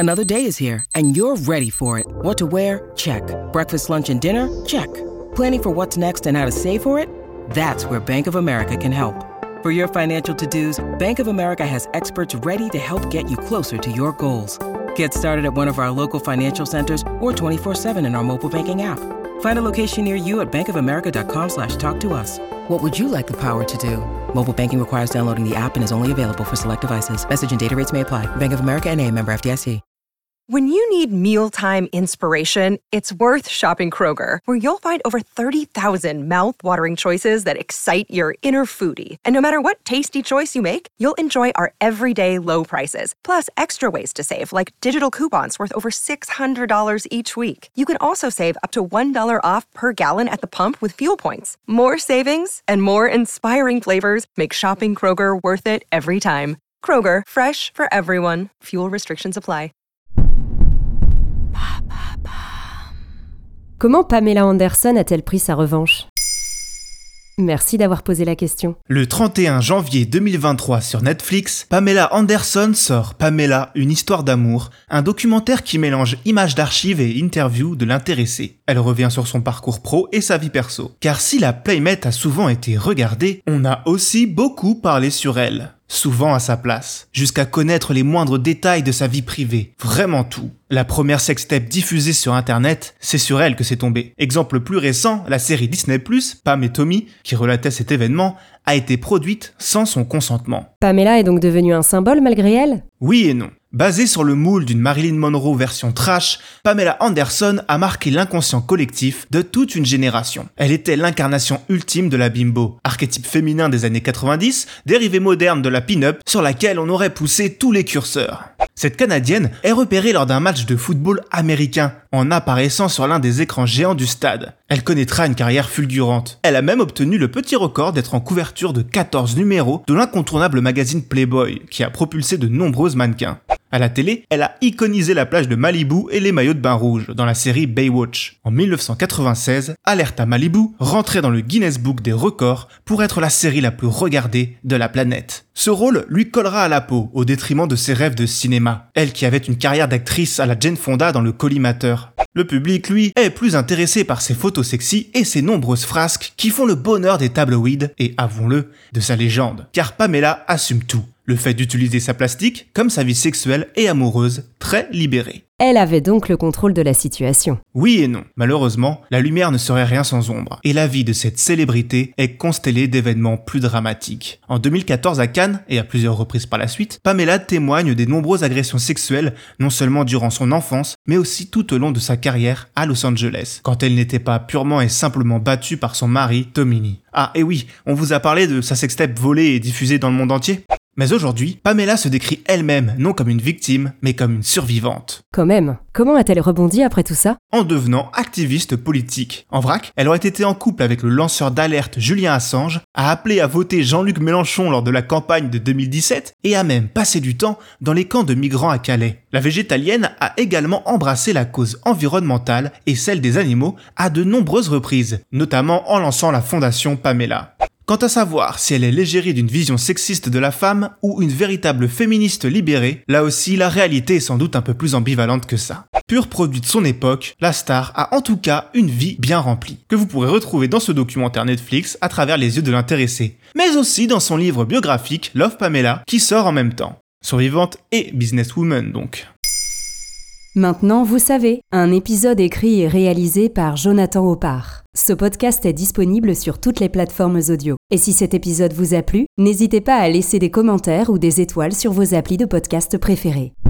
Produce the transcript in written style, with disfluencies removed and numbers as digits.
Another day is here, and you're ready for it. What to wear? Check. Breakfast, lunch, and dinner? Check. Planning for what's next and how to save for it? That's where Bank of America can help. For your financial to-dos, Bank of America has experts ready to help get you closer to your goals. Get started at one of our local financial centers or 24/7 in our mobile banking app. Find a location near you at bankofamerica.com/talktous. What would you like the power to do? Mobile banking requires downloading the app and is only available for select devices. Message and data rates may apply. Bank of America N.A., member FDIC. When you need mealtime inspiration, it's worth shopping Kroger, where you'll find over 30,000 mouth-watering choices that excite your inner foodie. And no matter what tasty choice you make, you'll enjoy our everyday low prices, plus extra ways to save, like digital coupons worth over $600 each week. You can also save up to $1 off per gallon at the pump with fuel points. More savings and more inspiring flavors make shopping Kroger worth it every time. Kroger, fresh for everyone. Fuel restrictions apply. Comment Pamela Anderson a-t-elle pris sa revanche ? Merci d'avoir posé la question. Le 31 janvier 2023 sur Netflix, Pamela Anderson sort Pamela, une histoire d'amour, un documentaire qui mélange images d'archives et interviews de l'intéressée. Elle revient sur son parcours pro et sa vie perso. Car si la Playmate a souvent été regardée, on a aussi beaucoup parlé sur elle. Souvent à sa place, jusqu'à connaître les moindres détails de sa vie privée, vraiment tout. La première sextape diffusée sur internet, c'est sur elle que c'est tombé. Exemple plus récent, la série Disney+, Pam et Tommy, qui relatait cet événement, a été produite sans son consentement. Pamela est donc devenue un symbole malgré elle ? Oui et non. Basée sur le moule d'une Marilyn Monroe version trash, Pamela Anderson a marqué l'inconscient collectif de toute une génération. Elle était l'incarnation ultime de la bimbo, archétype féminin des années 90, dérivé moderne de la pin-up sur laquelle on aurait poussé tous les curseurs. Cette Canadienne est repérée lors d'un match de football américain, en apparaissant sur l'un des écrans géants du stade. Elle connaîtra une carrière fulgurante. Elle a même obtenu le petit record d'être en couverture de 14 numéros de l'incontournable magazine Playboy, qui a propulsé de nombreux mannequins. À la télé, elle a iconisé la plage de Malibu et les maillots de bain rouges dans la série Baywatch. En 1996, Alerta Malibu rentrait dans le Guinness Book des records pour être la série la plus regardée de la planète. Ce rôle lui collera à la peau au détriment de ses rêves de cinéma. Elle qui avait une carrière d'actrice à la Jane Fonda dans le collimateur. Le public, lui, est plus intéressé par ses photos sexy et ses nombreuses frasques qui font le bonheur des tabloïds et, avouons-le, de sa légende. Car Pamela assume tout. Le fait d'utiliser sa plastique comme sa vie sexuelle et amoureuse très libérée. Elle avait donc le contrôle de la situation. Oui et non. Malheureusement, la lumière ne serait rien sans ombre. Et la vie de cette célébrité est constellée d'événements plus dramatiques. En 2014 à Cannes, et à plusieurs reprises par la suite, Pamela témoigne des nombreuses agressions sexuelles, non seulement durant son enfance, mais aussi tout au long de sa carrière à Los Angeles, quand elle n'était pas purement et simplement battue par son mari, Tommy. Ah, et oui, on vous a parlé de sa sextape volée et diffusée dans le monde entier ? Mais aujourd'hui, Pamela se décrit elle-même non comme une victime, mais comme une survivante. Quand même, comment a-t-elle rebondi après tout ça ? En devenant activiste politique. En vrac, elle aurait été en couple avec le lanceur d'alerte Julian Assange, a appelé à voter Jean-Luc Mélenchon lors de la campagne de 2017 et a même passé du temps dans les camps de migrants à Calais. La végétalienne a également embrassé la cause environnementale et celle des animaux à de nombreuses reprises, notamment en lançant la fondation Pamela. Quant à savoir si elle est l'égérie d'une vision sexiste de la femme ou une véritable féministe libérée, là aussi la réalité est sans doute un peu plus ambivalente que ça. Pur produit de son époque, la star a en tout cas une vie bien remplie, que vous pourrez retrouver dans ce documentaire Netflix à travers les yeux de l'intéressé, mais aussi dans son livre biographique Love Pamela qui sort en même temps. Survivante et businesswoman donc. Maintenant, vous savez, un épisode écrit et réalisé par Jonathan Oppard. Ce podcast est disponible sur toutes les plateformes audio. Et si cet épisode vous a plu, n'hésitez pas à laisser des commentaires ou des étoiles sur vos applis de podcast préférés.